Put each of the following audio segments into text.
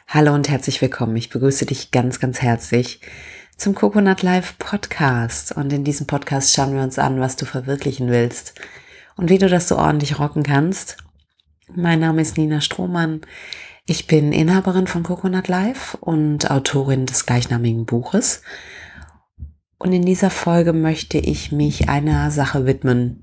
Hallo und herzlich willkommen. Ich begrüße dich ganz, ganz herzlich zum Coconut Life Podcast. Und in diesem Podcast schauen wir uns an, was du verwirklichen willst und wie du das so ordentlich rocken kannst. Mein Name ist Nina Strohmann. Ich bin Inhaberin von Coconut Life und Autorin des gleichnamigen Buches. Und in dieser Folge möchte ich mich einer Sache widmen,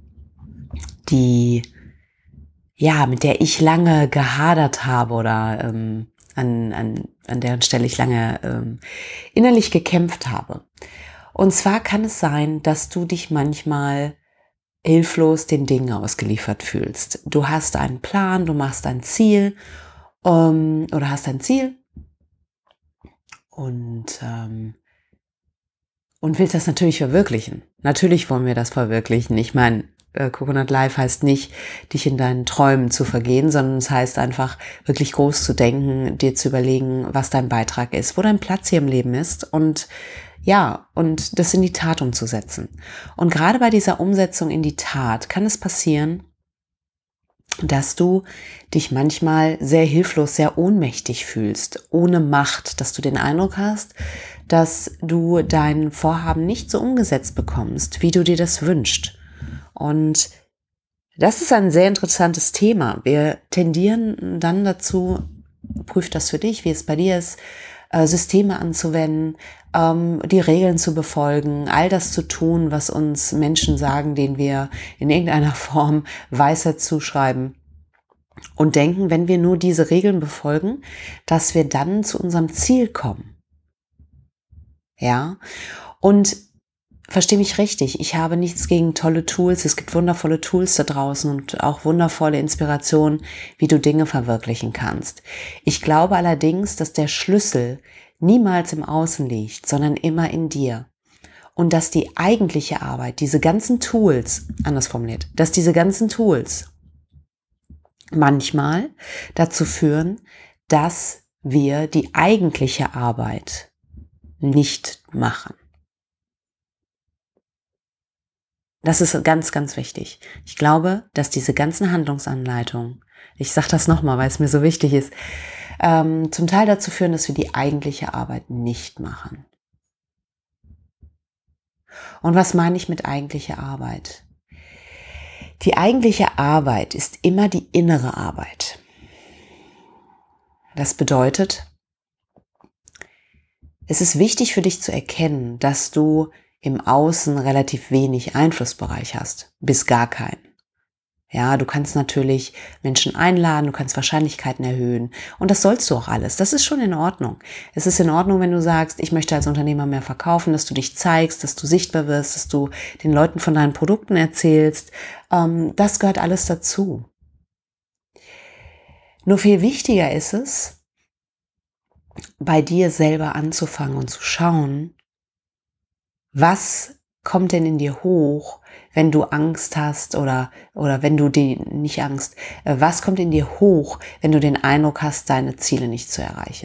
mit der ich lange gehadert habe oder an deren Stelle ich lange innerlich gekämpft habe. Und zwar kann es sein, dass du dich manchmal hilflos den Dingen ausgeliefert fühlst. Du hast einen Plan, du machst ein Ziel oder hast ein Ziel und willst das natürlich verwirklichen. Natürlich wollen wir das verwirklichen. Ich meine, Coconut Life heißt nicht, dich in deinen Träumen zu vergehen, sondern es heißt einfach, wirklich groß zu denken, dir zu überlegen, was dein Beitrag ist, wo dein Platz hier im Leben ist und das in die Tat umzusetzen. Und gerade bei dieser Umsetzung in die Tat kann es passieren, dass du dich manchmal sehr hilflos, sehr ohnmächtig fühlst, ohne Macht, dass du den Eindruck hast, dass du dein Vorhaben nicht so umgesetzt bekommst, wie du dir das wünschst. Und das ist ein sehr interessantes Thema. Wir tendieren dann dazu, prüf das für dich, wie es bei dir ist, Systeme anzuwenden, die Regeln zu befolgen, all das zu tun, was uns Menschen sagen, denen wir in irgendeiner Form Weisheit zuschreiben und denken, wenn wir nur diese Regeln befolgen, dass wir dann zu unserem Ziel kommen. Ja, und versteh mich richtig, ich habe nichts gegen tolle Tools. Es gibt wundervolle Tools da draußen und auch wundervolle Inspirationen, wie du Dinge verwirklichen kannst. Ich glaube allerdings, dass der Schlüssel niemals im Außen liegt, sondern immer in dir. Und dass die eigentliche Arbeit, diese ganzen Tools, anders formuliert, dass diese ganzen Tools manchmal dazu führen, dass wir die eigentliche Arbeit nicht machen. Das ist ganz, ganz wichtig. Ich glaube, dass diese ganzen Handlungsanleitungen, ich sage das nochmal, weil es mir so wichtig ist, zum Teil dazu führen, dass wir die eigentliche Arbeit nicht machen. Und was meine ich mit eigentlicher Arbeit? Die eigentliche Arbeit ist immer die innere Arbeit. Das bedeutet, es ist wichtig für dich zu erkennen, dass du im Außen relativ wenig Einflussbereich hast, bis gar keinen. Ja, du kannst natürlich Menschen einladen, du kannst Wahrscheinlichkeiten erhöhen und das sollst du auch alles. Das ist schon in Ordnung. Es ist in Ordnung, wenn du sagst, ich möchte als Unternehmer mehr verkaufen, dass du dich zeigst, dass du sichtbar wirst, dass du den Leuten von deinen Produkten erzählst. Das gehört alles dazu. Nur viel wichtiger ist es, bei dir selber anzufangen und zu schauen, was kommt denn in dir hoch, wenn du Angst hast oder wenn du nicht Angst, was kommt in dir hoch, wenn du den Eindruck hast, deine Ziele nicht zu erreichen?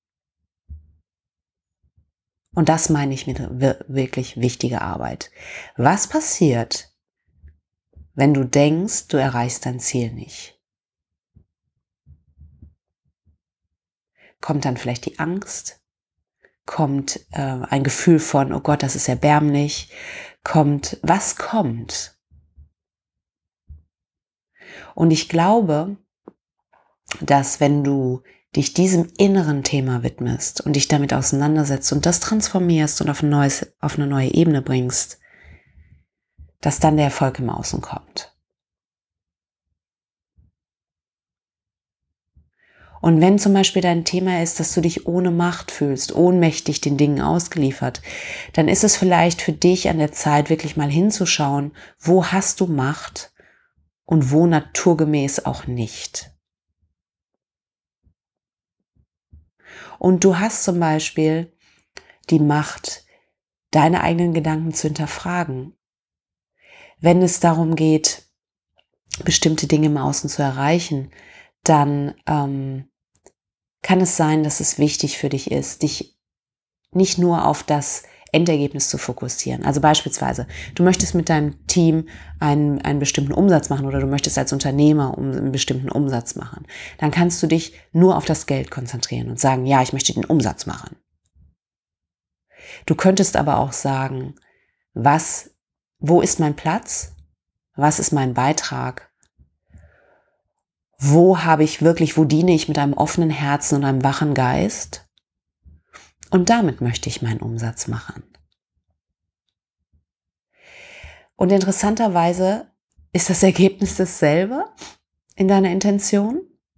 Und das meine ich mit wirklich wichtiger Arbeit. Was passiert, wenn du denkst, du erreichst dein Ziel nicht? Kommt dann vielleicht die Angst? Kommt ein Gefühl von, oh Gott, das ist erbärmlich? Was kommt? Und ich glaube, dass wenn du dich diesem inneren Thema widmest und dich damit auseinandersetzt und das transformierst und auf eine neue Ebene bringst, dass dann der Erfolg im Außen kommt. Und wenn zum Beispiel dein Thema ist, dass du dich ohne Macht fühlst, ohnmächtig den Dingen ausgeliefert, dann ist es vielleicht für dich an der Zeit, wirklich mal hinzuschauen, wo hast du Macht und wo naturgemäß auch nicht. Und du hast zum Beispiel die Macht, deine eigenen Gedanken zu hinterfragen. Wenn es darum geht, bestimmte Dinge im Außen zu erreichen, dann kann es sein, dass es wichtig für dich ist, dich nicht nur auf das Endergebnis zu fokussieren. Also beispielsweise, du möchtest mit deinem Team einen bestimmten Umsatz machen oder du möchtest als Unternehmer einen bestimmten Umsatz machen. Dann kannst du dich nur auf das Geld konzentrieren und sagen, ja, ich möchte den Umsatz machen. Du könntest aber auch sagen, wo ist mein Platz? Was ist mein Beitrag? Wo diene ich mit einem offenen Herzen und einem wachen Geist? Und damit möchte ich meinen Umsatz machen. Und interessanterweise ist das Ergebnis dasselbe in deiner Intention,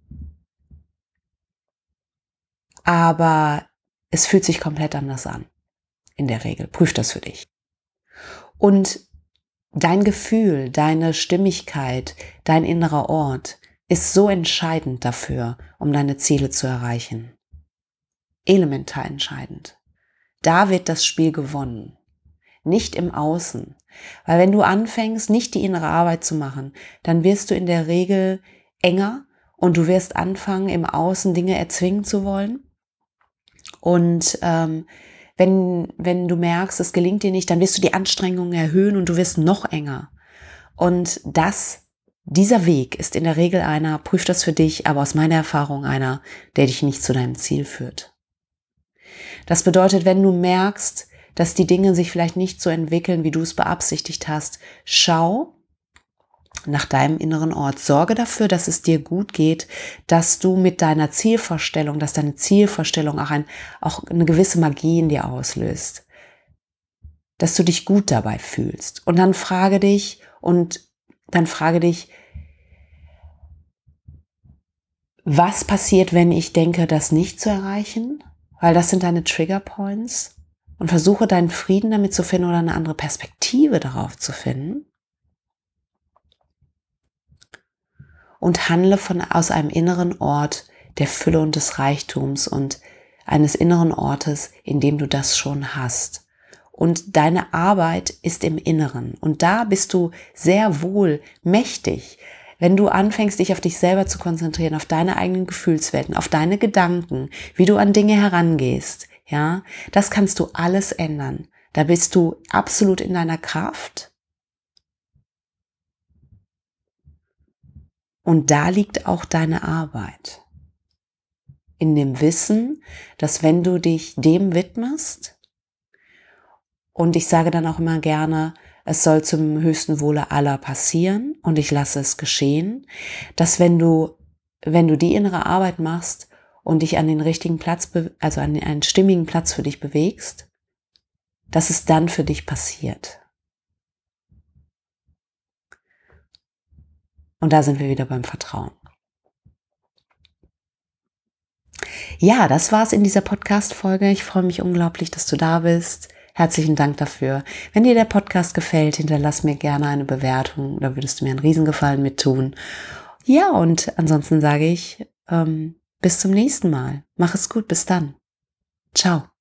aber es fühlt sich komplett anders an. In der Regel. Prüf das für dich. Und dein Gefühl, deine Stimmigkeit, dein innerer Ort ist so entscheidend dafür, um deine Ziele zu erreichen. Elementar entscheidend. Da wird das Spiel gewonnen. Nicht im Außen. Weil wenn du anfängst, nicht die innere Arbeit zu machen, dann wirst du in der Regel enger und du wirst anfangen, im Außen Dinge erzwingen zu wollen. Und wenn du merkst, es gelingt dir nicht, dann wirst du die Anstrengungen erhöhen und du wirst noch enger. Und dieser Weg ist in der Regel prüf das für dich, aber aus meiner Erfahrung einer, der dich nicht zu deinem Ziel führt. Das bedeutet, wenn du merkst, dass die Dinge sich vielleicht nicht so entwickeln, wie du es beabsichtigt hast, schau nach deinem inneren Ort. Sorge dafür, dass es dir gut geht, dass du mit deiner Zielvorstellung, dass deine Zielvorstellung auch eine gewisse Magie in dir auslöst. Dass du dich gut dabei fühlst. Und dann frage dich, was passiert, wenn ich denke, das nicht zu erreichen? Weil das sind deine Trigger Points. Und versuche deinen Frieden damit zu finden oder eine andere Perspektive darauf zu finden. Und handle aus einem inneren Ort der Fülle und des Reichtums und eines inneren Ortes, in dem du das schon hast. Und deine Arbeit ist im Inneren. Und da bist du sehr wohl mächtig, wenn du anfängst, dich auf dich selber zu konzentrieren, auf deine eigenen Gefühlswelten, auf deine Gedanken, wie du an Dinge herangehst. Ja, das kannst du alles ändern. Da bist du absolut in deiner Kraft. Und da liegt auch deine Arbeit. In dem Wissen, dass wenn du dich dem widmest, und ich sage dann auch immer gerne, es soll zum höchsten Wohle aller passieren und ich lasse es geschehen, dass wenn du die innere Arbeit machst und dich an den richtigen Platz, also an einen stimmigen Platz für dich bewegst, dass es dann für dich passiert. Und da sind wir wieder beim Vertrauen. Ja, das war's in dieser Podcast-Folge. Ich freue mich unglaublich, dass du da bist. Herzlichen Dank dafür. Wenn dir der Podcast gefällt, hinterlass mir gerne eine Bewertung. Da würdest du mir einen Riesengefallen mit tun. Ja, und ansonsten sage ich, bis zum nächsten Mal. Mach es gut, bis dann. Ciao.